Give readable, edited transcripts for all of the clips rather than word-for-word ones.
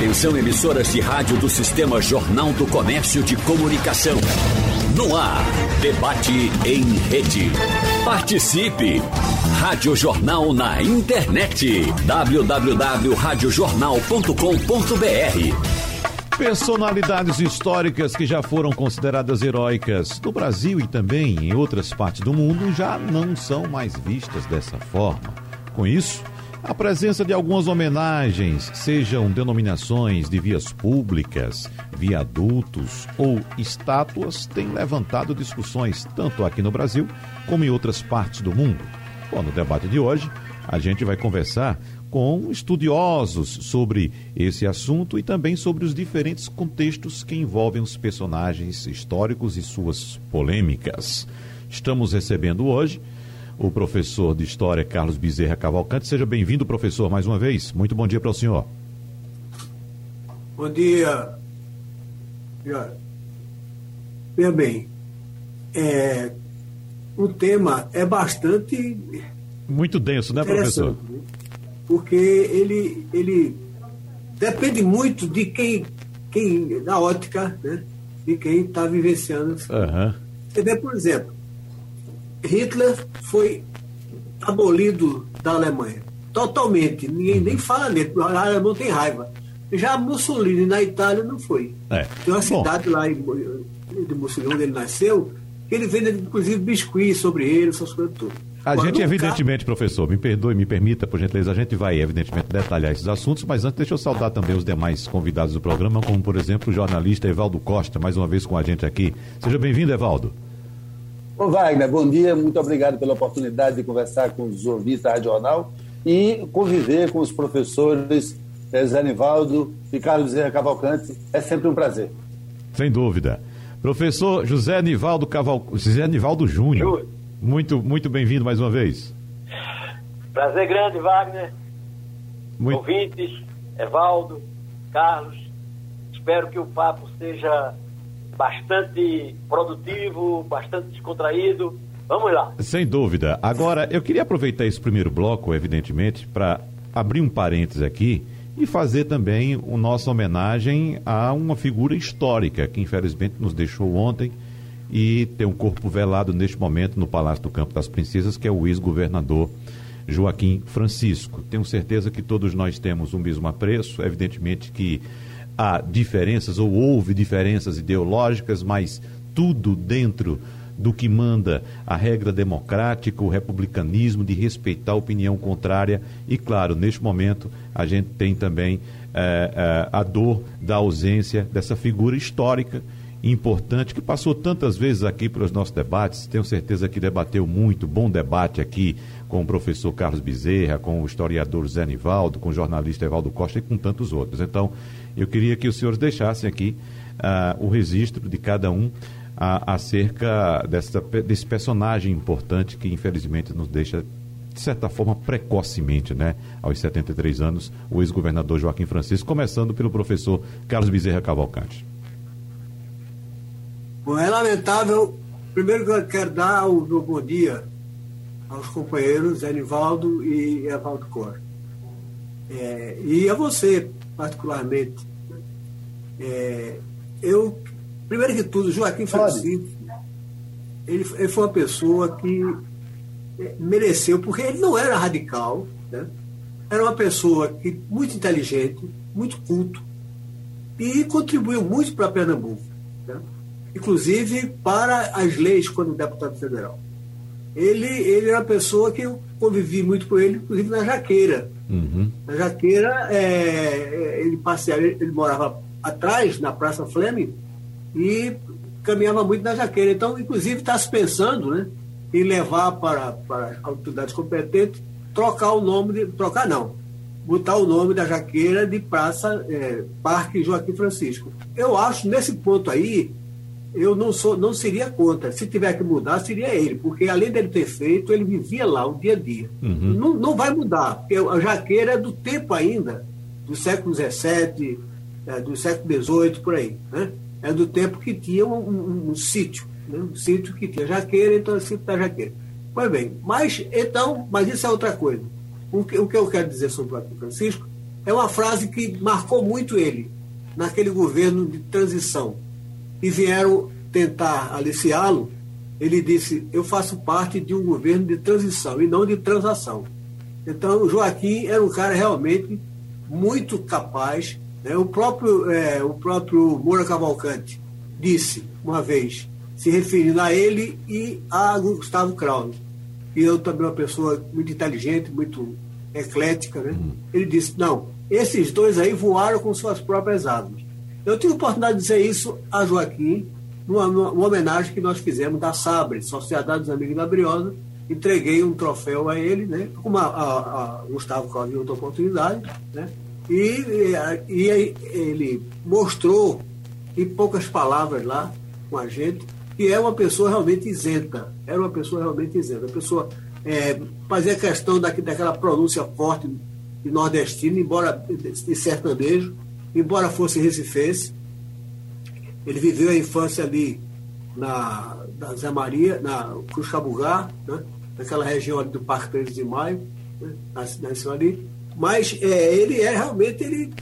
Atenção, emissoras de rádio do Sistema Jornal do Comércio de Comunicação. No ar, debate em rede. Participe! Rádio Jornal na internet. www.radiojornal.com.br. Personalidades históricas que já foram consideradas heróicas no Brasil e também em outras partes do mundo já não são mais vistas dessa forma. Com isso, a presença de algumas homenagens, sejam denominações de vias públicas, viadutos ou estátuas, tem levantado discussões tanto aqui no Brasil como em outras partes do mundo. Bom, no debate de hoje, a gente vai conversar com estudiosos sobre esse assunto e também sobre os diferentes contextos que envolvem os personagens históricos e suas polêmicas. Estamos recebendo hoje o professor de História Carlos Bezerra Cavalcante. Seja bem-vindo, professor, mais uma vez. Muito bom dia para o senhor. Bom dia. Veja bem, o tema é bastante... Muito denso, né, professor? Porque ele depende muito de quem da ótica, né, de quem está vivenciando. Uhum. Você vê, por exemplo, Hitler foi abolido da Alemanha. Totalmente. Ninguém nem fala nele. O alemão tem raiva. Já Mussolini na Itália não foi. Tem uma cidade lá de Mussolini, onde ele nasceu, que ele vende, inclusive, biscuits sobre ele, essas coisas todas. A gente, evidentemente, professor, me perdoe, me permita, por gentileza, a gente vai, evidentemente, detalhar esses assuntos, mas antes deixa eu saudar também os demais convidados do programa, como, por exemplo, o jornalista Evaldo Costa, mais uma vez com a gente aqui. Seja bem-vindo, Evaldo. Ô Wagner, bom dia, muito obrigado pela oportunidade de conversar com os ouvintes da Rádio Jornal e conviver com os professores Zé Nivaldo e Carlos Bezerra Cavalcante. É sempre um prazer. Sem dúvida. Professor José Nivaldo Júnior, muito bem-vindo mais uma vez. Prazer grande, Wagner. Ouvintes, Evaldo, Carlos, espero que o papo seja bastante produtivo, bastante descontraído. Vamos lá. Sem dúvida. Agora, eu queria aproveitar esse primeiro bloco, evidentemente, para abrir um parênteses aqui e fazer também a nossa homenagem a uma figura histórica que, infelizmente, nos deixou ontem e tem um corpo velado neste momento no Palácio do Campo das Princesas, que é o ex-governador Joaquim Francisco. Tenho certeza que todos nós temos o mesmo apreço, evidentemente que há diferenças ou houve diferenças ideológicas, mas tudo dentro do que manda a regra democrática, o republicanismo, de respeitar a opinião contrária. E, claro, neste momento a gente tem também a dor da ausência dessa figura histórica importante, que passou tantas vezes aqui pelos nossos debates. Tenho certeza que debateu muito, bom debate aqui com o professor Carlos Bezerra, com o historiador Zé Nivaldo, com o jornalista Evaldo Costa e com tantos outros. Então, eu queria que os senhores deixassem aqui o registro de cada um acerca desse personagem importante que, infelizmente, nos deixa, de certa forma, precocemente, né? Aos 73 anos, o ex-governador Joaquim Francisco, começando pelo professor Carlos Bezerra Cavalcante. Bom, é lamentável. Primeiro que eu quero dar o meu bom dia aos companheiros Zé Nivaldo e Evaldo Costa. E a você, particularmente. Primeiro que tudo, Joaquim Francisco, ele foi uma pessoa que mereceu, porque ele não era radical, né? Era uma pessoa muito inteligente, muito culto, e contribuiu muito para Pernambuco, né? Inclusive para as leis quando deputado federal. Ele era uma pessoa que eu convivi muito com ele, inclusive na Jaqueira. Uhum. Na Jaqueira, ele morava atrás, na Praça Fleming, e caminhava muito na Jaqueira. Então, inclusive, está se pensando, né, em levar para as autoridades competentes, botar o nome da Jaqueira de Parque Joaquim Francisco. Eu acho, nesse ponto aí, eu não seria contra. Se tiver que mudar, seria ele, porque além dele ter feito, ele vivia lá o dia a dia. Uhum. Não vai mudar, porque a Jaqueira é do tempo ainda, do século XVII, do século XVIII, por aí, né? É do tempo que tinha um sítio, né? Um sítio que tinha Jaqueira, então é o sítio da Jaqueira. Pois bem, mas isso é outra coisa. O que eu quero dizer sobre o Joaquim Francisco é uma frase que marcou muito ele naquele governo de transição. E vieram tentar aliciá-lo. Ele disse: eu faço parte de um governo de transição e não de transação. Então, o Joaquim era um cara realmente muito capaz, né? O próprio Moura Cavalcante disse uma vez, se referindo a ele e a Gustavo Krause, e eu também uma pessoa muito inteligente, muito eclética, né? Ele disse: não, esses dois aí voaram com suas próprias asas. Eu tive a oportunidade de dizer isso a Joaquim numa homenagem que nós fizemos da SABRE, Sociedade dos Amigos da Briosa. Entreguei um troféu a ele, né? Como a Gustavo Krause em outra oportunidade, né? E ele mostrou em poucas palavras lá com a gente que é uma pessoa realmente isenta. Era uma pessoa realmente isenta. A pessoa fazia questão daquela pronúncia forte de nordestino, embora de sertanejo, embora fosse recifense. Ele viveu a infância ali na Zé Maria, na Cruz Cabugá, né? Naquela região ali do Parque 13 de Maio, né? Nasceu ali. Mas ele realmente,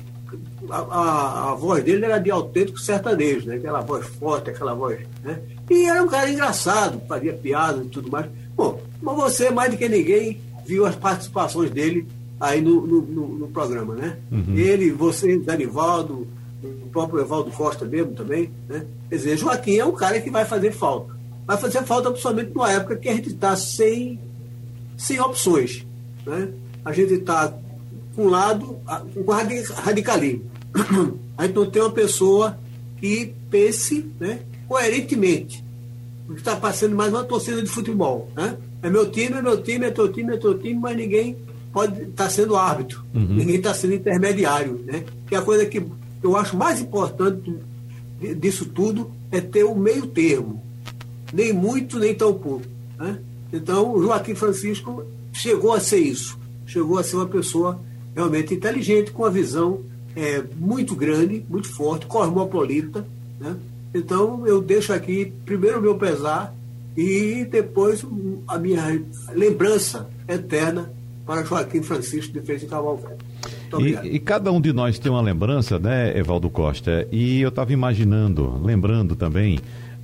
a voz dele era de autêntico sertanejo, né? Aquela voz forte, aquela voz, né? E era um cara engraçado, fazia piadas e tudo mais. Bom, mas você, mais do que ninguém, viu as participações dele aí no programa, né? Uhum. Ele, você, Danivaldo, o próprio Evaldo Costa mesmo também, né? Quer dizer, Joaquim é um cara que vai fazer falta. Vai fazer falta principalmente numa época que a gente está sem opções, né? A gente está, com um lado, com radicalismo. A gente não tem uma pessoa que pense, né, coerentemente. Porque está passando mais uma torcida de futebol, né? É meu time, é teu time, mas ninguém pode estar sendo árbitro. Uhum. Ninguém está sendo intermediário, né? Que a coisa que eu acho mais importante disso tudo é ter o meio termo. Nem muito, nem tão pouco, né? Então, o Joaquim Francisco chegou a ser isso. Chegou a ser uma pessoa realmente inteligente, com uma visão muito grande, muito forte, cosmopolita, né? Então, eu deixo aqui primeiro o meu pesar e depois a minha lembrança eterna para Joaquim Francisco de Freitas Cavalcante. E cada um de nós tem uma lembrança, né, Evaldo Costa? E eu estava lembrando também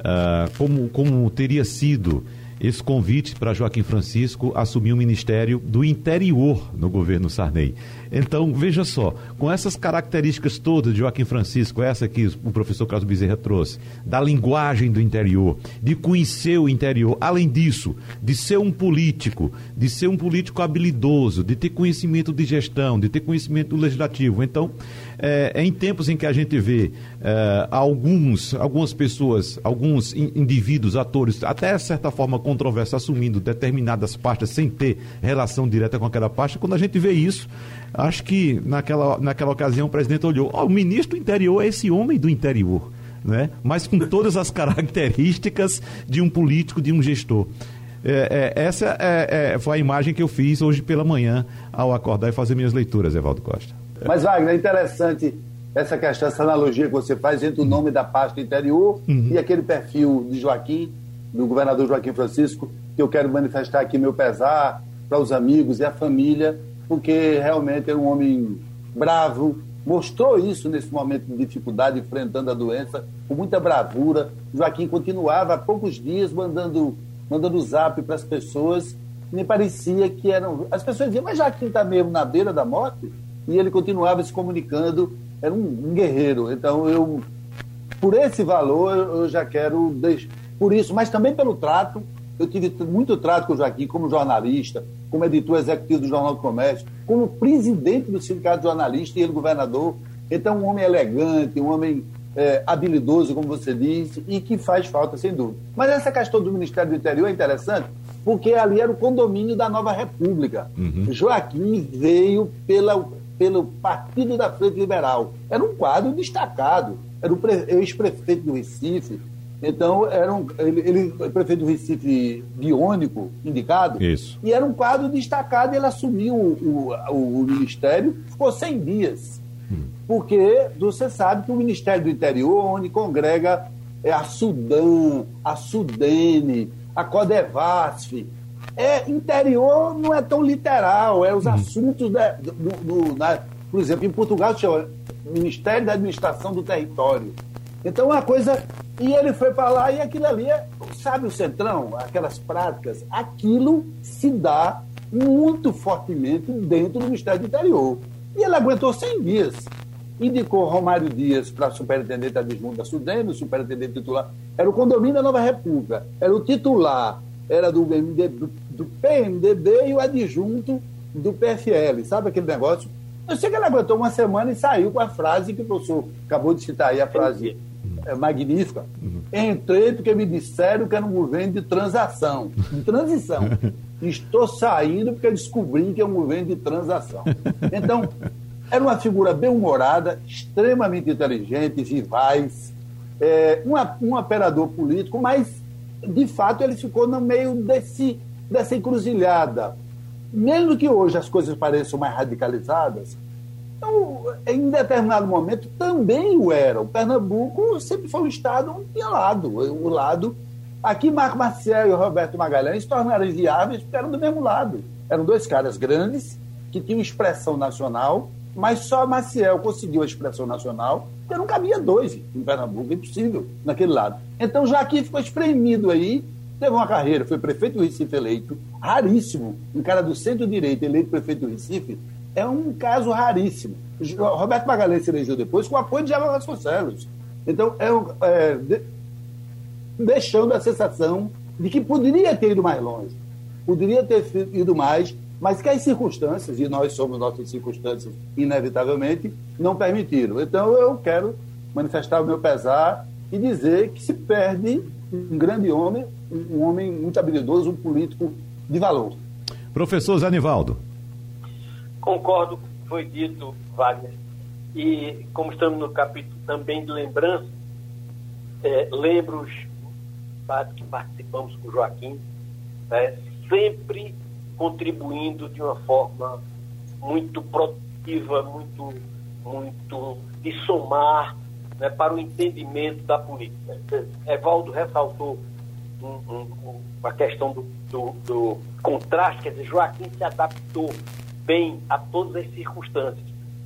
como teria sido esse convite para Joaquim Francisco assumir o Ministério do Interior no governo Sarney. Então, veja só, com essas características todas de Joaquim Francisco, essa que o professor Carlos Bezerra trouxe, da linguagem do interior, de conhecer o interior, além disso, de ser um político habilidoso, de ter conhecimento de gestão, de ter conhecimento legislativo. Então, em tempos em que a gente vê algumas pessoas, alguns indivíduos, atores, até de certa forma controversos, assumindo determinadas pastas sem ter relação direta com aquela pasta, quando a gente vê isso, acho que naquela ocasião o presidente olhou, o ministro do interior é esse homem do interior, né? Mas com todas as características de um político, de um gestor. Essa foi a imagem que eu fiz hoje pela manhã ao acordar e fazer minhas leituras, Evaldo Costa. Mas, Wagner, é interessante essa questão, essa analogia que você faz entre o nome da pasta interior e aquele perfil de Joaquim, do governador Joaquim Francisco, que eu quero manifestar aqui meu pesar para os amigos e a família, porque realmente é um homem bravo, mostrou isso nesse momento de dificuldade, enfrentando a doença, com muita bravura. Joaquim continuava há poucos dias mandando zap para as pessoas, me parecia que eram... As pessoas diziam, mas Joaquim está mesmo na beira da morte? E ele continuava se comunicando, era um guerreiro. Então, por esse valor, eu já quero... Por isso, mas também pelo trato. Eu tive muito trato com o Joaquim como jornalista, como editor executivo do Jornal do Comércio, como presidente do Sindicato de Jornalistas e ele governador. Então, um homem elegante, um homem habilidoso, como você disse, e que faz falta, sem dúvida. Mas essa questão do Ministério do Interior é interessante, porque ali era o condomínio da Nova República. Uhum. Joaquim veio pelo Partido da Frente Liberal. Era um quadro destacado. Era o ex-prefeito do Recife. Então, ele prefeito do Recife biônico, indicado. Isso. E era um quadro destacado e ele assumiu o ministério, ficou 100 dias. Porque você sabe que o Ministério do Interior, onde congrega a Sudan, a Sudene, a Codevasf, interior não é tão literal, os assuntos Por exemplo, em Portugal chama Ministério da Administração do Território. Então, uma coisa... E ele foi para lá e aquilo ali, sabe o Centrão, aquelas práticas, aquilo se dá muito fortemente dentro do Ministério do Interior. E ele aguentou 100 dias. Indicou Romário Dias para superintendente adjunto da SUDEM, o superintendente titular. Era o condomínio da Nova República. Era o titular, era do PMDB e o adjunto do PFL. Sabe aquele negócio? Eu sei que ele aguentou uma semana e saiu com a frase que o professor acabou de citar aí, a frase magnífica. Entrei porque me disseram que era um governo de transação, de transição. Estou saindo porque descobri que é um governo de transação. Então, era uma figura bem-humorada, extremamente inteligente, vivaz, um operador político, mas, de fato, ele ficou no meio dessa encruzilhada. Mesmo que hoje as coisas pareçam mais radicalizadas, então, em determinado momento também o era. O Pernambuco sempre foi um estado onde tinha lado. Aqui, Marco Maciel e Roberto Magalhães se tornaram inviáveis porque eram do mesmo lado. Eram dois caras grandes que tinham expressão nacional, mas só Maciel conseguiu a expressão nacional, porque não cabia dois em Pernambuco, impossível, naquele lado. Então, Joaquim ficou espremido aí, teve uma carreira, foi prefeito do Recife eleito, raríssimo, um cara do centro-direita eleito prefeito do Recife, é um caso raríssimo. Roberto Magalhães se elegeu depois com o apoio de Jair Vasconcelos. Então, deixando a sensação de que poderia ter ido mais longe, poderia ter ido mais, mas que as circunstâncias, e nós somos nossas circunstâncias, inevitavelmente, não permitiram. Então, eu quero manifestar o meu pesar e dizer que se perde um grande homem, um homem muito habilidoso, um político de valor. Professor Zanivaldo. Concordo com o que foi dito, Wagner. E como estamos no capítulo também de lembrança, lembro os que participamos com o Joaquim, sempre contribuindo de uma forma muito produtiva, muito de somar, né, para o entendimento da política. Evaldo ressaltou a questão do contraste, quer dizer, Joaquim se adaptou bem a todas as circunstâncias.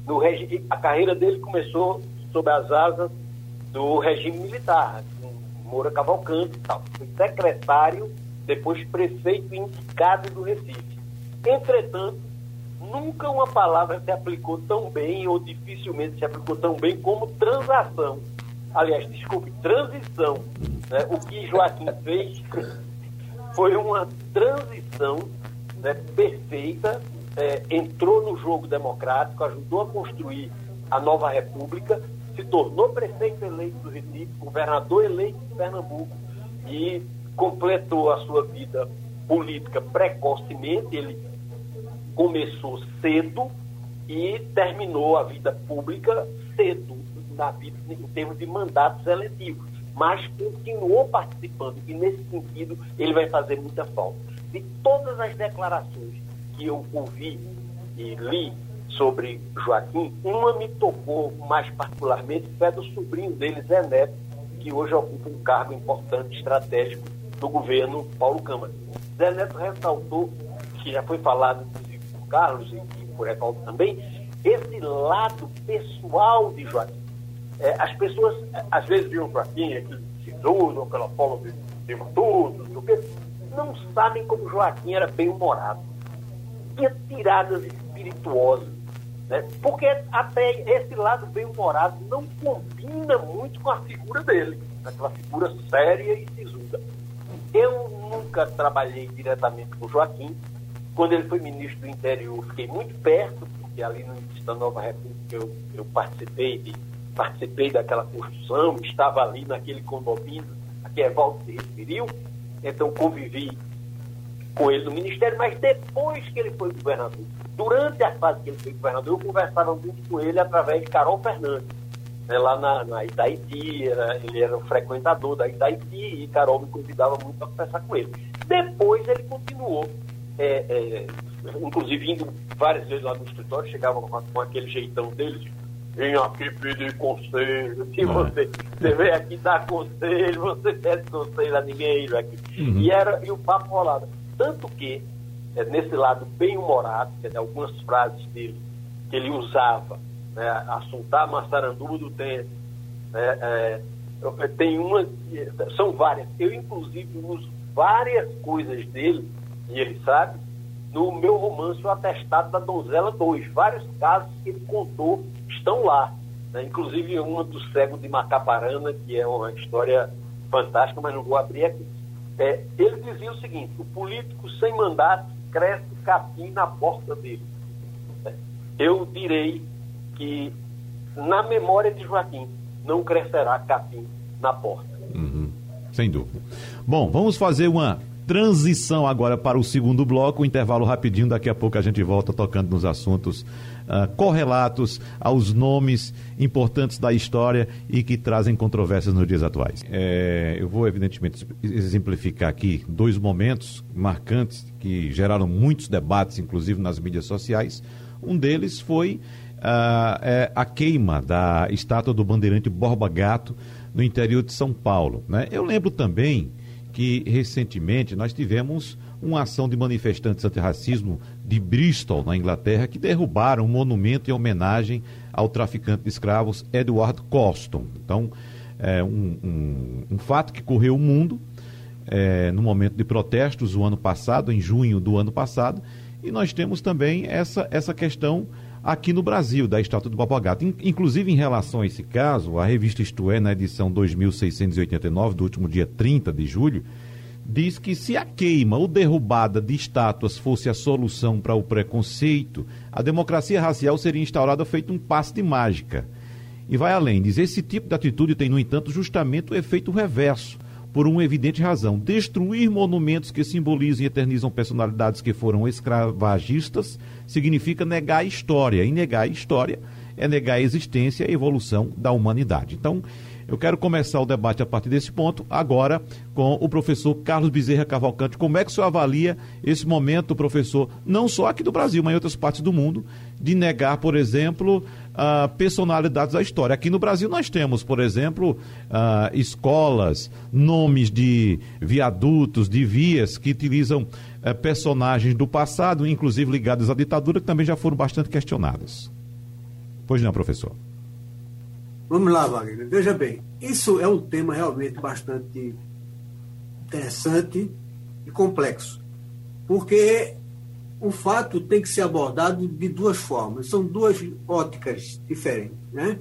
A carreira dele começou sob as asas do regime militar, com Moura Cavalcante e tal. Foi secretário, depois prefeito indicado do Recife. Entretanto, nunca uma palavra se aplicou tão bem, ou dificilmente se aplicou tão bem, como transação. Aliás, desculpe, transição. Né? O que Joaquim fez foi uma transição, né, perfeita, entrou no jogo democrático, ajudou a construir a nova república, se tornou prefeito eleito do Recife, governador eleito de Pernambuco e completou a sua vida política precocemente. Ele começou cedo e terminou a vida pública cedo, na vida, em termos de mandatos eletivos, mas continuou participando, e nesse sentido ele vai fazer muita falta. De todas as declarações que eu ouvi e li sobre Joaquim, uma me tocou mais particularmente, que é do sobrinho dele, Zé Neto, que hoje ocupa um cargo importante, estratégico, do governo Paulo Câmara. Zé Neto ressaltou, que já foi falado inclusive por Carlos e por Evaldo também, esse lado pessoal de Joaquim. As pessoas, às vezes, viam Joaquim, aquele sisudo, aquela forma de tudo, não sabem como Joaquim era bem-humorado. Tinha tiradas espirituosas, né? Porque até esse lado bem-humorado não combina muito com a figura dele, aquela figura séria e sisuda. Eu nunca trabalhei diretamente com Joaquim. Quando ele foi ministro do Interior, fiquei muito perto, porque ali no início da Nova República eu participei daquela construção, estava ali naquele condomínio a que Evaldo se referiu, então convivi com ele no Ministério, mas depois que ele foi governador, durante a fase que ele foi governador, eu conversava muito com ele através de Carol Fernandes, né, lá na Itaiti, ele era um frequentador da Itaiti, e Carol me convidava muito para conversar com ele. Depois ele continuou, inclusive indo várias vezes lá no escritório, chegava com aquele jeitão dele, vem aqui pedir conselho, se você vem aqui dar conselho, você pede conselho a ninguém, aqui. E o papo rolava. Tanto que, nesse lado bem-humorado, algumas frases dele que ele usava, né? Assuntar Massaranduba do Tempo, tem uma, são várias. Eu, inclusive, uso várias coisas dele, e ele sabe, no meu romance O Atestado da Donzela 2. Vários casos que ele contou estão lá, né? Inclusive uma do Cego de Macaparana, que é uma história fantástica, mas não vou abrir aqui. Ele dizia o seguinte: o político sem mandato cresce capim na porta dele. Eu direi que, na memória de Joaquim, não crescerá capim na porta. Sem dúvida. Bom, vamos fazer uma transição agora para o segundo bloco, um intervalo rapidinho, daqui a pouco a gente volta tocando nos assuntos correlatos aos nomes importantes da história e que trazem controvérsias nos dias atuais. Eu vou, evidentemente, exemplificar aqui 2 momentos marcantes que geraram muitos debates, inclusive nas mídias sociais. Um deles foi a queima da estátua do bandeirante Borba Gato no interior de São Paulo, né? Eu lembro também que recentemente nós tivemos uma ação de manifestantes antirracismo de Bristol, na Inglaterra, que derrubaram um monumento em homenagem ao traficante de escravos Edward Colston. Então, um fato que correu o mundo no momento de protestos o ano passado, em junho do ano passado, e nós temos também essa questão aqui no Brasil, da estátua do Borba Gato. Inclusive, em relação a esse caso, a revista Isto É, na edição 2689, do último dia 30 de julho, diz que se a queima ou derrubada de estátuas fosse a solução para o preconceito, a democracia racial seria instaurada feito um passe de mágica. E vai além, diz: esse tipo de atitude tem, no entanto, justamente o efeito reverso, por uma evidente razão: destruir monumentos que simbolizam e eternizam personalidades que foram escravagistas significa negar a história, e negar a história é negar a existência e a evolução da humanidade. Então, eu quero começar o debate a partir desse ponto, agora com o professor Carlos Bezerra Cavalcante. Como é que o senhor avalia esse momento, professor, não só aqui do Brasil, mas em outras partes do mundo, de negar, por exemplo, personalidades da história? Aqui no Brasil nós temos, por exemplo, escolas, nomes de viadutos, de vias que utilizam personagens do passado, inclusive ligados à ditadura, que também já foram bastante questionadas. Pois não, professor? Vamos lá, Wagner. Veja bem, isso é um tema realmente bastante interessante e complexo, porque o fato tem que ser abordado de 2 formas, são 2 óticas diferentes, né?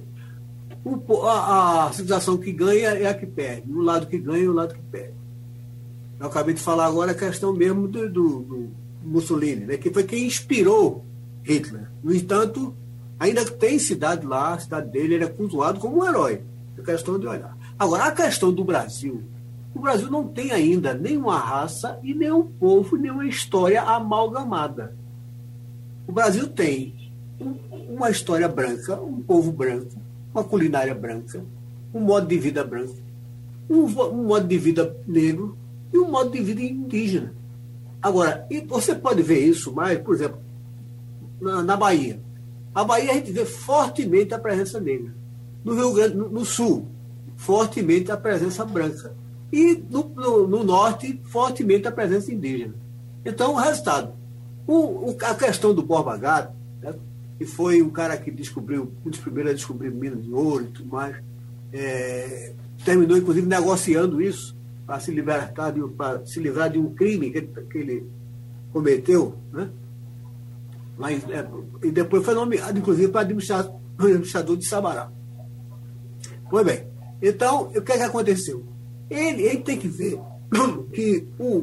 A civilização que ganha é a que perde, o lado que ganha é o lado que perde. Eu acabei de falar agora a questão mesmo do Mussolini, né? Que foi quem inspirou Hitler. No entanto, ainda tem cidade lá, a cidade dele, ele é cultuado como um herói. É questão de olhar. Agora, a questão do Brasil, o Brasil não tem ainda nenhuma raça e nenhum povo, nenhuma história amalgamada. O Brasil tem uma história branca, um povo branco, uma culinária branca, um modo de vida branco, um modo de vida negro e um modo de vida indígena. Agora, e você pode ver isso mais, por exemplo, na Bahia. A Bahia a gente vê fortemente a presença negra. No Rio Grande, no Sul, fortemente a presença branca. E no Norte, fortemente a presença indígena. Então, o resultado. A questão do Borba Gato, né, que foi um cara que descobriu, um dos primeiros a descobrir minas de ouro e tudo mais, terminou, inclusive, negociando isso para se livrar de um crime que ele cometeu, né? Mas, e depois foi nomeado, inclusive, para administrador de Sabará. Pois bem, então, o que é que aconteceu? Ele tem que ver que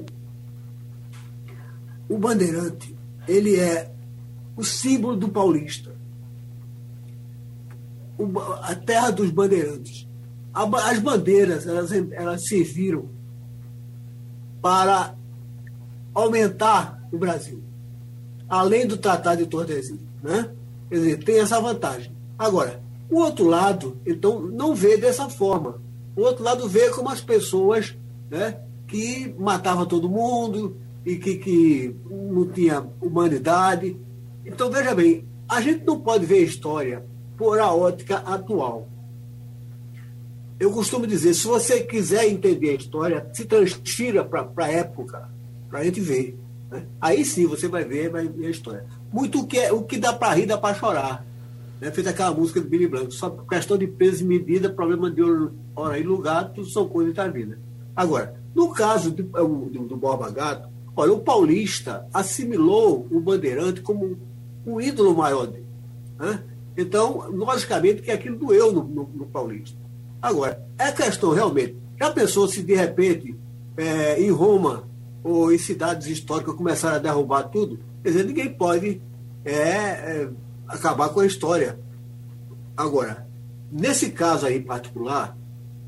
o bandeirante, ele é o símbolo do paulista. A terra dos bandeirantes. As bandeiras, elas serviram para aumentar o Brasil, além do Tratado de Tordesilhas, né? Quer dizer, tem essa vantagem. Agora, o outro lado, então, não vê dessa forma. O outro lado vê como as pessoas, né, que matavam todo mundo e que não tinha humanidade. Então, veja bem, a gente não pode ver a história por a ótica atual. Eu costumo dizer, se você quiser entender a história, se transfira para a época, para a gente ver. né? Aí sim você vai ver a história. Muito o que dá para rir, dá para chorar. Né? Fez aquela música do Billy Blanco, só questão de peso e medida, problema de hora e lugar, tudo são coisas da vida. Agora, no caso do Borba Gato, olha, o paulista assimilou o Bandeirante como um ídolo maior dele. Né? Então, logicamente que aquilo doeu no paulista. Agora, é questão realmente, já pensou se de repente em Roma ou em cidades históricas começaram a derrubar tudo? Quer dizer, ninguém pode acabar com a história. Agora, nesse caso aí em particular,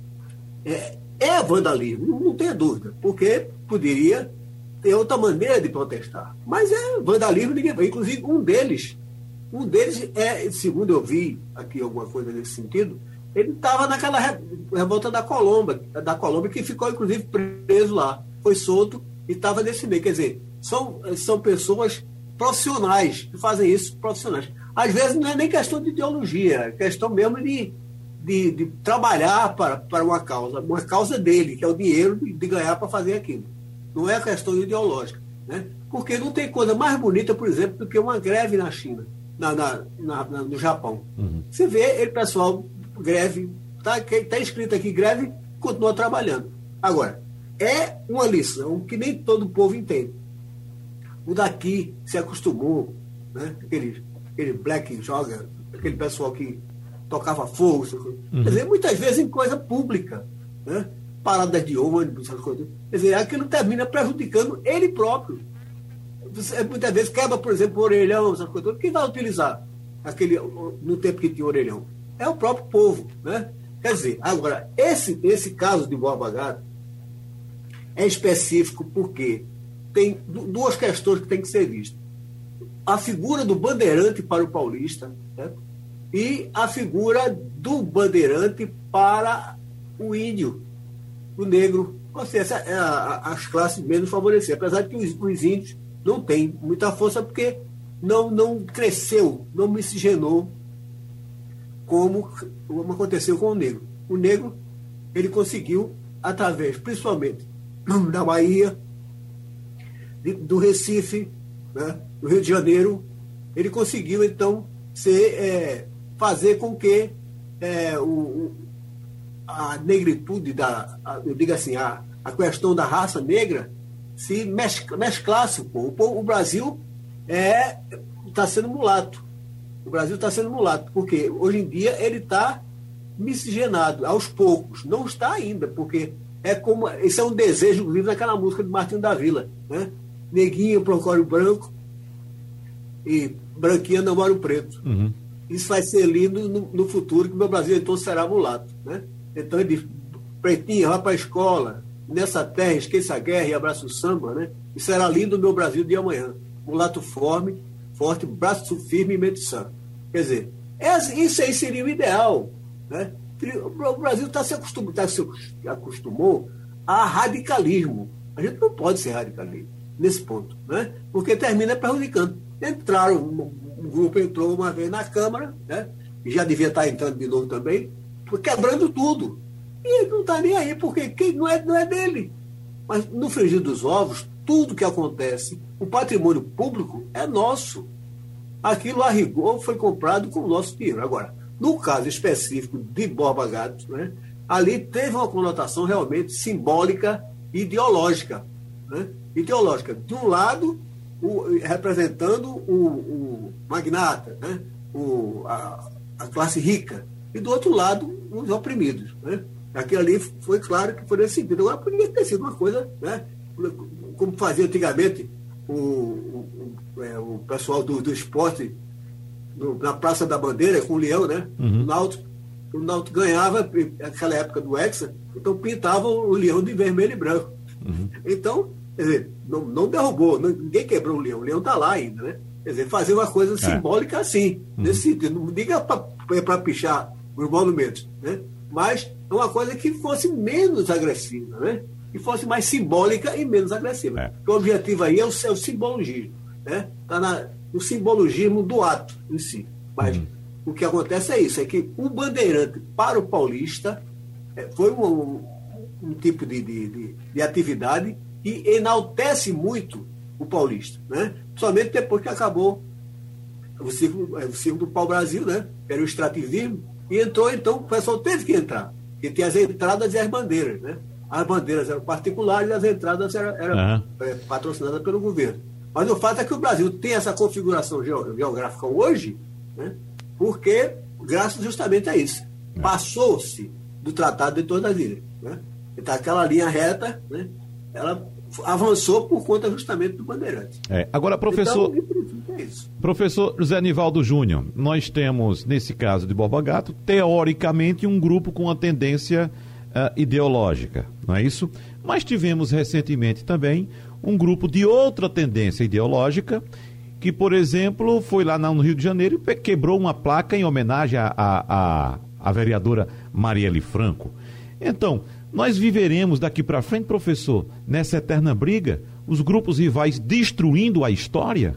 é vandalismo, não tenha dúvida, porque poderia ter outra maneira de protestar. Mas é vandalismo, ninguém vai. Inclusive, um deles segundo eu vi aqui alguma coisa nesse sentido, ele estava naquela revolta da Colômbia, que ficou, inclusive, preso lá. Foi solto e estava nesse meio. Quer dizer, são pessoas profissionais que fazem isso, profissionais. Às vezes não é nem questão de ideologia, é questão mesmo de trabalhar para uma causa dele, que é o dinheiro de ganhar para fazer aquilo. Não é questão ideológica. Né? Porque não tem coisa mais bonita, por exemplo, do que uma greve na China, no Japão. Uhum. Você vê, pessoal, greve, está escrito aqui, greve, continua trabalhando. Agora, é uma lição que nem todo povo entende. O daqui se acostumou, né? aquele black joga, aquele pessoal que tocava fogo, quer dizer, muitas vezes em coisa pública, né? Paradas de ônibus, essas coisas. Quer dizer, aquilo termina prejudicando ele próprio. Você, muitas vezes quebra, por exemplo, o orelhão, essas coisas. Quem vai utilizar no tempo que tinha orelhão? É o próprio povo. Né? Quer dizer, agora, esse caso de Borba Gato é específico porque tem duas questões que têm que ser vistas. A figura do bandeirante para o paulista, né? E a figura do bandeirante para o índio, o negro, ou seja, as classes menos favorecidas, apesar de que os índios não têm muita força porque não cresceu, não miscigenou como aconteceu com o negro. O negro, ele conseguiu, através, principalmente, da Bahia, do Recife, né, do Rio de Janeiro, ele conseguiu, então, fazer com que a negritude, eu digo assim, a questão da raça negra se mesclasse. O Brasil está sendo mulato. O Brasil está sendo mulato, porque hoje em dia ele está miscigenado, aos poucos. Não está ainda, porque isso é um desejo, inclusive, daquela música de Martinho da Vila. Né? Neguinho procura o branco e branquinha namora o preto. Uhum. Isso vai ser lindo no futuro, que o meu Brasil então será mulato. Né? Então ele diz, pretinho, vai para a escola, nessa terra esqueça a guerra e abraça o samba, né? E será lindo o meu Brasil de amanhã. Mulato forte, braço firme e mente sã. Quer dizer, isso aí seria o ideal. Né? O Brasil se acostumou a radicalismo. A gente não pode ser radicalismo nesse ponto, né? Porque termina prejudicando. Um grupo entrou uma vez na Câmara, né? E já devia estar entrando de novo também, quebrando tudo. E ele não está nem aí, porque não é dele. Mas no frigir dos ovos, tudo que acontece, o patrimônio público é nosso. Aquilo, a rigor, foi comprado com o nosso dinheiro. Agora, no caso específico de Borba Gato, né, ali teve uma conotação realmente simbólica e ideológica. Né? Ideológica. De um lado, representando o magnata, né? A classe rica, e do outro lado, os oprimidos. Né? Aquilo ali foi claro que foi nesse sentido. Agora, poderia ter sido uma coisa, né? Como fazia antigamente o pessoal do esporte na Praça da Bandeira, com o Leão, né? Uhum. O Náutico ganhava, naquela época do Hexa, então pintavam o Leão de vermelho e branco. Uhum. Então, quer dizer, não derrubou, ninguém quebrou o Leão está lá ainda, né? Quer dizer, fazer uma coisa simbólica assim, nesse sentido. Não diga para pichar os monumentos, né? Mas é uma coisa que fosse menos agressiva, né? Que fosse mais simbólica e menos agressiva. O objetivo aí é o simbologismo, né? Está no simbologismo do ato em si. Mas o que acontece é isso, é que o bandeirante para o paulista foi um tipo de atividade que enaltece muito o paulista, né? Somente depois que acabou o ciclo do pau-brasil, né? Era o extrativismo, e entrou, então o pessoal teve que entrar, porque tinha as entradas e as bandeiras, né? As bandeiras eram particulares e as entradas eram patrocinadas pelo governo. Mas o fato é que o Brasil tem essa configuração geográfica hoje, né? Porque, graças justamente a isso, passou-se do Tratado de Tordesilhas, né? Então, aquela linha reta, né? Ela avançou por conta justamente do Bandeirante. Agora, professor, então, é isso. Professor José Nivaldo Júnior, nós temos, nesse caso de Borba Gato, teoricamente um grupo com uma tendência ideológica, não é isso? Mas tivemos recentemente também um grupo de outra tendência ideológica que, por exemplo, foi lá no Rio de Janeiro e quebrou uma placa em homenagem à vereadora Marielle Franco. Então, nós viveremos daqui para frente, professor, nessa eterna briga, os grupos rivais destruindo a história?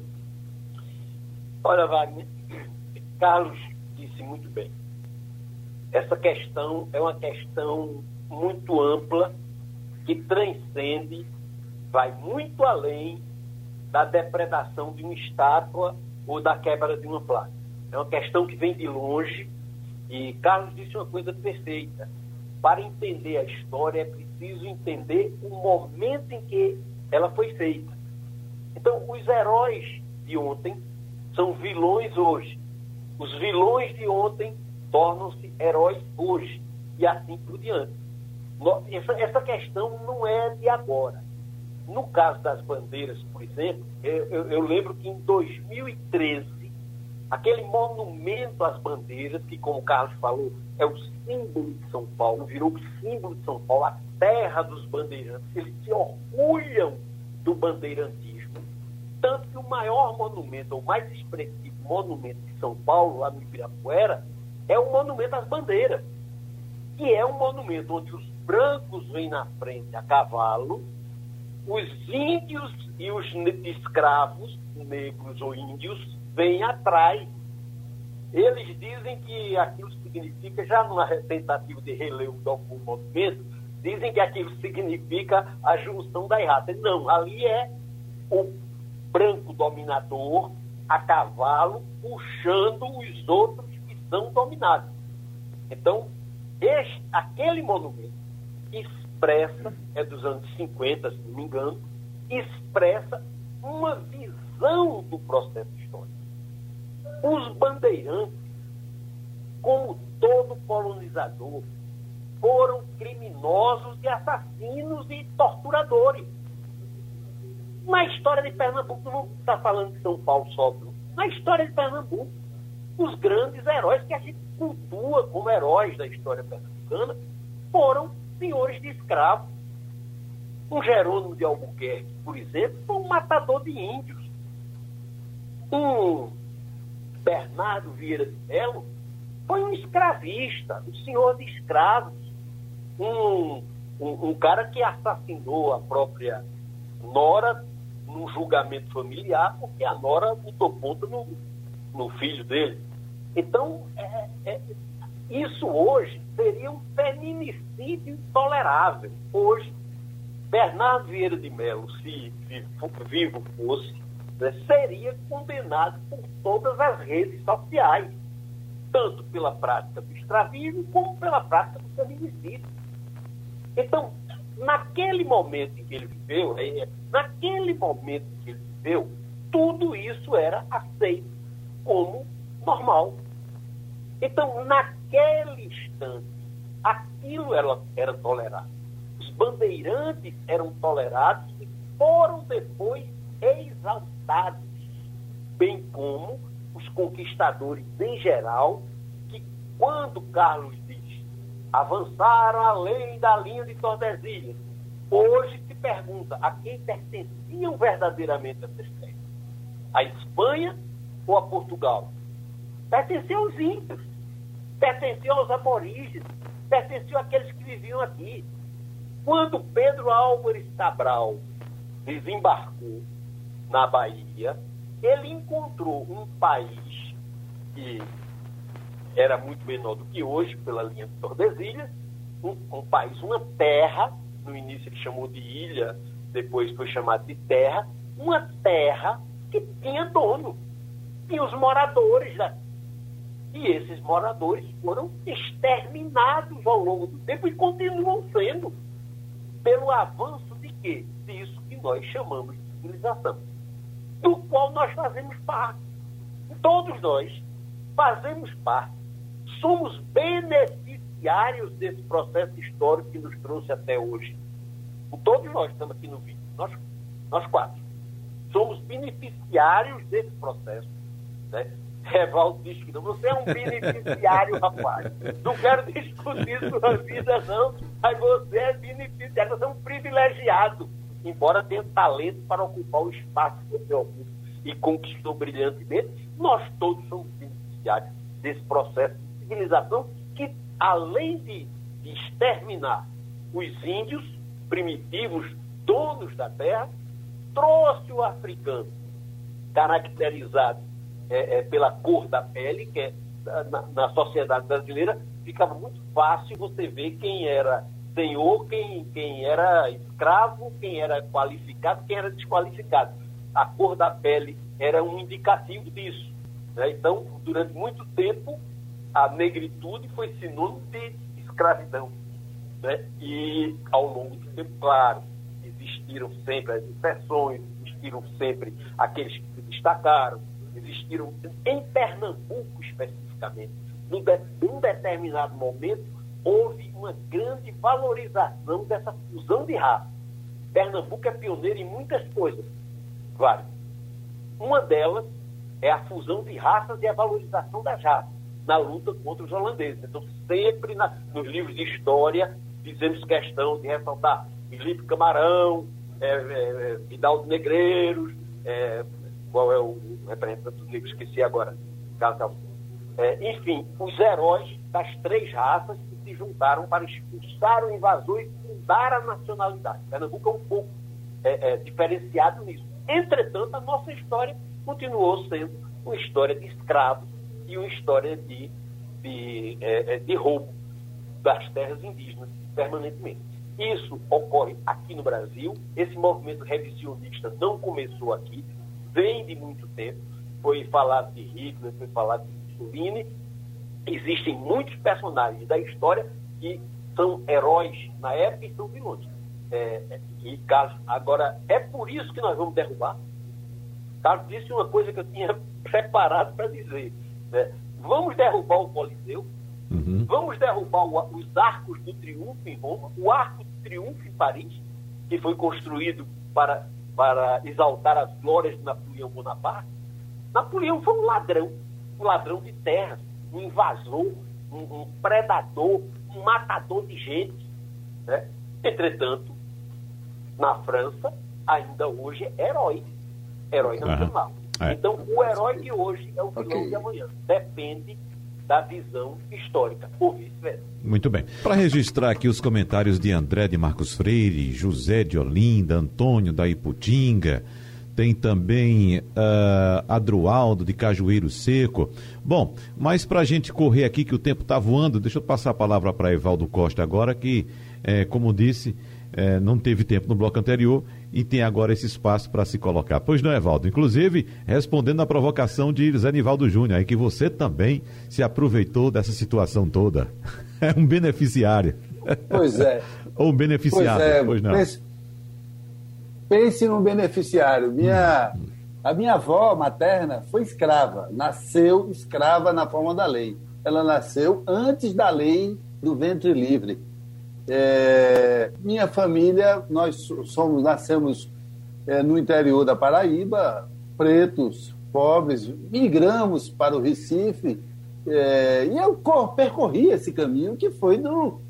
Olha, Wagner, Carlos disse muito bem. Essa questão é uma questão muito ampla, que transcende, vai muito além da depredação de uma estátua ou da quebra de uma placa. É uma questão que vem de longe, e Carlos disse uma coisa perfeita. Para entender a história é preciso entender o momento em que ela foi feita. Então, os heróis de ontem são vilões hoje. Os vilões de ontem tornam-se heróis hoje. E assim por diante. Essa questão não é de agora. No caso das bandeiras, por exemplo, eu lembro que em 2013, aquele monumento às bandeiras, que, como o Carlos falou, é o símbolo de São Paulo, virou o símbolo de São Paulo, a terra dos bandeirantes. Eles se orgulham do bandeirantismo. Tanto que o maior monumento, ou mais expressivo monumento de São Paulo, lá no Ibirapuera, é o monumento às bandeiras, que é um monumento onde os brancos vêm na frente a cavalo, os índios e os escravos, negros ou índios, vêm atrás. Eles dizem que aquilo significa, já numa tentativa de relevo do monumento, dizem que aquilo significa a junção das raças. Não, ali é o branco dominador a cavalo puxando os outros que são dominados. Então, aquele monumento expressa, é dos anos 50, se não me engano, expressa uma visão do processo histórico. Os bandeirantes, como todo colonizador, foram criminosos e assassinos e torturadores. Na história de Pernambuco, não está falando de São Paulo só, não. Na história de Pernambuco, os grandes heróis que a gente cultua como heróis da história pernambucana foram senhores de escravos. Um Jerônimo de Albuquerque, por exemplo, foi um matador de índios. Um Bernardo Vieira de Melo foi um escravista, um senhor de escravos. Um cara que assassinou a própria nora num julgamento familiar, porque a nora botou ponta no filho dele. Então, isso hoje seria um feminicídio intolerável. Hoje, Bernardo Vieira de Melo, se vivo fosse, seria condenado por todas as redes sociais, tanto pela prática do extravírio como pela prática do feminicídio. Então, naquele momento em que ele viveu, tudo isso era aceito como normal. Então, naquele instante, aquilo era tolerado. Os bandeirantes eram tolerados e foram depois exaltados, bem como os conquistadores em geral, que quando Carlos diz avançaram além da linha de Tordesilhas, hoje se pergunta a quem pertenciam verdadeiramente essas terras? A Espanha ou a Portugal? Pertenciam aos índios, pertenciam aos aborígenes, pertenciam àqueles que viviam aqui. Quando Pedro Álvares Cabral desembarcou na Bahia, ele encontrou um país que era muito menor do que hoje, pela linha de Tordesilhas, um país, uma terra, no início ele chamou de ilha, depois foi chamado de terra, uma terra que tinha dono, tinha os moradores daqui. E esses moradores foram exterminados ao longo do tempo e continuam sendo, pelo avanço de quê? Disso que nós chamamos de civilização, do qual nós fazemos parte. Todos nós fazemos parte, somos beneficiários desse processo histórico que nos trouxe até hoje. Todos nós estamos aqui no vídeo, nós quatro, somos beneficiários desse processo, né? Evaldo diz que não, você é um beneficiário, rapaz. Não quero discutir sua vida, não, mas você é beneficiário, você é um privilegiado, embora tenha talento para ocupar o espaço que você ocupa e conquistou brilhantemente. Nós todos somos beneficiários desse processo de civilização que, além de exterminar os índios primitivos, donos da terra, trouxe o africano, caracterizado pela cor da pele, que na sociedade brasileira ficava muito fácil você ver quem era senhor, quem era escravo, quem era qualificado, quem era desqualificado. A cor da pele era um indicativo disso, né? Então, durante muito tempo, a negritude foi sinônimo de escravidão, né? E, ao longo do tempo, claro, existiram sempre as exceções, existiram sempre aqueles que se destacaram, existiram em Pernambuco especificamente. Num determinado momento, houve uma grande valorização dessa fusão de raça. Pernambuco é pioneiro em muitas coisas, várias. Uma delas é a fusão de raças e a valorização das raças na luta contra os holandeses. Então, sempre nos livros de história, fizemos questão de ressaltar Felipe Camarão, Vidal de Negreiros, qual é o representante dos negros? Esqueci agora. Enfim, os heróis das três raças que se juntaram para expulsar o invasor e fundar a nacionalidade. Pernambuco é um pouco diferenciado nisso. Entretanto, a nossa história continuou sendo uma história de escravos e uma história de roubo das terras indígenas permanentemente. Isso ocorre aqui no Brasil. Esse movimento revisionista não começou aqui, vem de muito tempo. Foi falado de Hitler, foi falado de Mussolini. Existem muitos personagens da história que são heróis na época e são vilões. Agora, é por isso que nós vamos derrubar. Carlos disse uma coisa que eu tinha preparado para dizer, né? Vamos derrubar o Coliseu, vamos derrubar os arcos do triunfo em Roma, o arco do triunfo em Paris, que foi construído para exaltar as glórias de Napoleão Bonaparte. Napoleão foi um ladrão de terras, um invasor, um predador, um matador de gente, né? Entretanto, na França, ainda hoje é herói nacional. Então, o herói de hoje é o vilão de amanhã. Depende da visão histórica, ou vice-versa. Muito bem. Para registrar aqui os comentários de André de Marcos Freire, José de Olinda, Antônio da Iputinga, tem também Adroaldo de Cajueiro Seco. Bom, mas para a gente correr aqui, que o tempo está voando, deixa eu passar a palavra para Evaldo Costa agora, que, como disse, não teve tempo no bloco anterior e tem agora esse espaço para se colocar. Pois não, Evaldo? Inclusive, respondendo à provocação de Zé Nivaldo Júnior, aí que você também se aproveitou dessa situação toda. É um beneficiário. Pois é. Ou um beneficiado, pois não. Pense num beneficiário. A minha avó materna foi escrava, nasceu escrava na forma da lei. Ela nasceu antes da lei do ventre livre. Minha família, nós nascemos no interior da Paraíba, pretos, pobres, migramos para o Recife, e eu percorri esse caminho que foi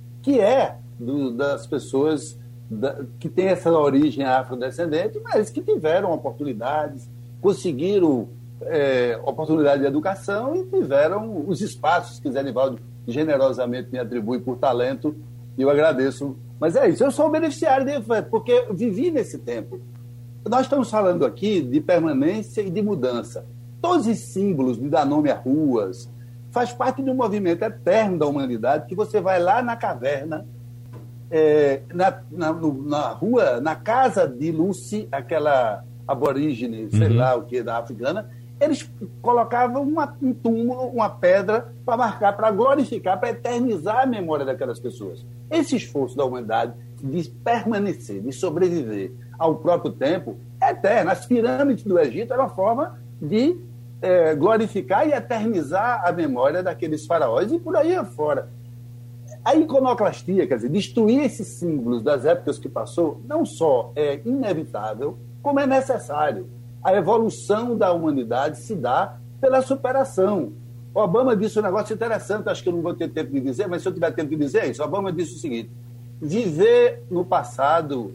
das pessoas que têm essa origem afrodescendente, mas que tiveram oportunidades, conseguiram oportunidade de educação e tiveram os espaços que Zé Nivaldo generosamente me atribui por talento. E eu agradeço. Mas é isso, eu sou o beneficiário porque eu vivi nesse tempo. Nós estamos falando aqui de permanência e de mudança. Todos os símbolos de dar nome a ruas faz parte de um movimento eterno da humanidade, que você vai lá na caverna, na rua, na casa de Lucy, aquela aborígene, sei lá o que, da africana, eles colocavam um túmulo, uma pedra, para marcar, para glorificar, para eternizar a memória daquelas pessoas. Esse esforço da humanidade de permanecer, de sobreviver ao próprio tempo, é eterno. As pirâmides do Egito eram uma forma de glorificar e eternizar a memória daqueles faraós e por aí afora. A iconoclastia, quer dizer, destruir esses símbolos das épocas que passou, não só é inevitável, como é necessário. A evolução da humanidade se dá pela superação. O Obama disse um negócio interessante, acho que eu não vou ter tempo de dizer, mas se eu tiver tempo de dizer isso, o Obama disse o seguinte: viver no passado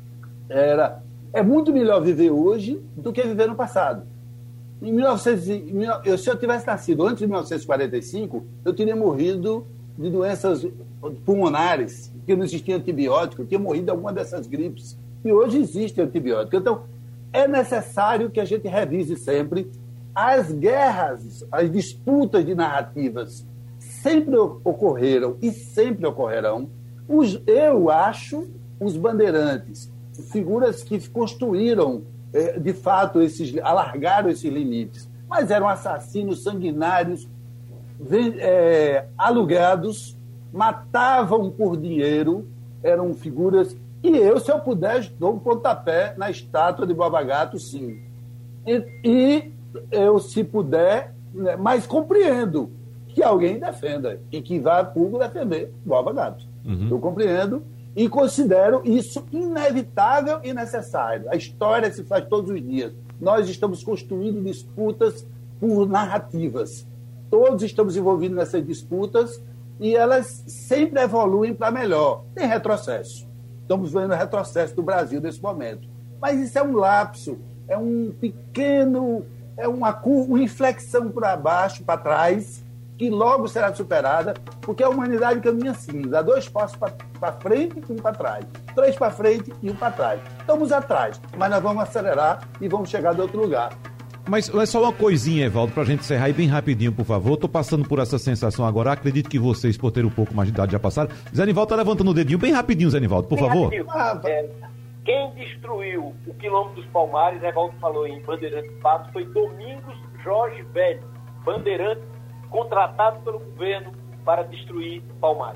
é muito melhor viver hoje do que viver no passado. Se eu tivesse nascido antes de 1945, eu teria morrido de doenças pulmonares, porque não existia antibiótico, eu tinha morrido de alguma dessas gripes. E hoje existe antibiótico. Então, é necessário que a gente revise sempre. As guerras, as disputas de narrativas sempre ocorreram e sempre ocorrerão. Eu acho os bandeirantes, figuras que construíram, de fato, alargaram esses limites, mas eram assassinos sanguinários, alugados, matavam por dinheiro, eram figuras. E eu, se eu puder, dou um pontapé na estátua de Borba Gato, sim. E eu, se puder, mas compreendo que alguém defenda e que vá a público defender Borba Gato. Eu compreendo e considero isso inevitável e necessário. A história se faz todos os dias. Nós estamos construindo disputas por narrativas. Todos estamos envolvidos nessas disputas e elas sempre evoluem para melhor. Tem retrocesso. Estamos vendo o retrocesso do Brasil nesse momento. Mas isso é um lapso, é um pequeno, uma inflexão para baixo, para trás, que logo será superada, porque a humanidade caminha assim, dá 2 passos para frente e 1 para trás, 3 para frente e 1 para trás. Estamos atrás, mas nós vamos acelerar e vamos chegar de outro lugar. Mas é só uma coisinha, Evaldo, pra gente encerrar e bem rapidinho, por favor. Tô passando por essa sensação agora, acredito que vocês, por ter um pouco mais de idade, já passaram. Zé Nivaldo tá levantando o dedinho bem rapidinho, Zé Nivaldo, por favor. Quem destruiu o quilômetro dos Palmares, Evaldo falou em Bandeirante Pato, foi Domingos Jorge Velho, bandeirante contratado pelo governo para destruir Palmares.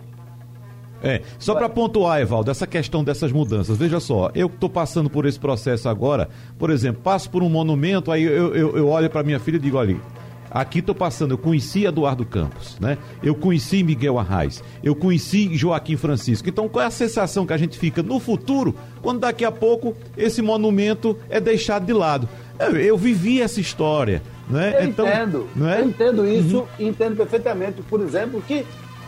Só para pontuar, Evaldo, essa questão dessas mudanças, veja só, eu estou passando por esse processo agora, por exemplo, passo por um monumento, aí eu olho para minha filha e digo, olha, aqui estou passando, eu conheci Eduardo Campos, né? Eu conheci Miguel Arraes, eu conheci Joaquim Francisco. Então, qual é a sensação que a gente fica no futuro, quando daqui a pouco esse monumento é deixado de lado? Eu vivi essa história, né? Eu entendo isso, entendo perfeitamente, por exemplo, que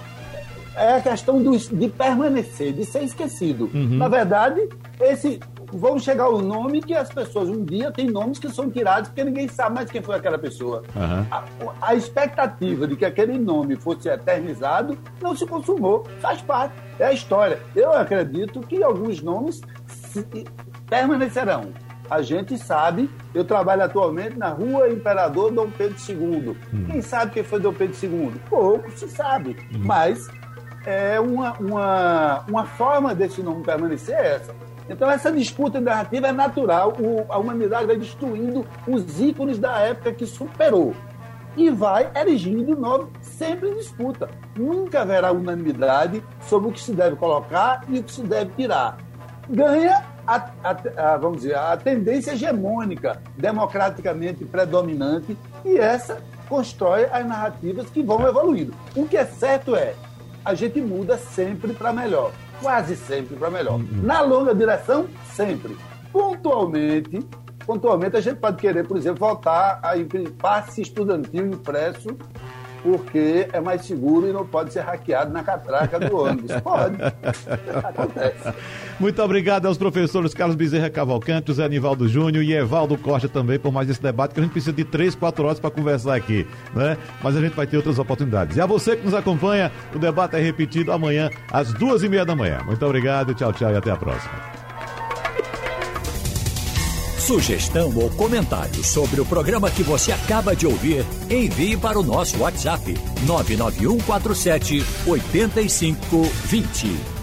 é a questão de permanecer, de ser esquecido. Na verdade, vamos chegar ao nome que as pessoas, um dia, tem nomes que são tirados porque ninguém sabe mais quem foi aquela pessoa. A expectativa de que aquele nome fosse eternizado não se consumou, faz parte, é a história. Eu acredito que alguns nomes permanecerão. A gente sabe, eu trabalho atualmente na Rua Imperador Dom Pedro II. Quem sabe quem foi Dom Pedro II? Pouco se sabe, mas uma forma desse nome permanecer é essa. Então, essa disputa narrativa é natural. A humanidade vai destruindo os ícones da época que superou e vai erigindo de novo, sempre em disputa. Nunca haverá unanimidade sobre o que se deve colocar e o que se deve tirar. Ganha vamos dizer, a tendência hegemônica, democraticamente predominante, e essa constrói as narrativas que vão evoluindo. O que é certo a gente muda sempre para melhor, quase sempre para melhor. Na longa direção, sempre. Pontualmente, a gente pode querer, por exemplo, voltar a imprimir passe estudantil impresso, porque é mais seguro e não pode ser hackeado na catraca do ônibus. Pode. Acontece. Muito obrigado aos professores Carlos Bezerra Cavalcante, Zé Nivaldo Júnior e Evaldo Costa também por mais esse debate, que a gente precisa de 3, 4 horas para conversar aqui, né? Mas a gente vai ter outras oportunidades. E a você que nos acompanha, o debate é repetido amanhã às 2h30 da manhã. Muito obrigado, tchau, tchau e até a próxima. Sugestão ou comentário sobre o programa que você acaba de ouvir, envie para o nosso WhatsApp 99147 8520.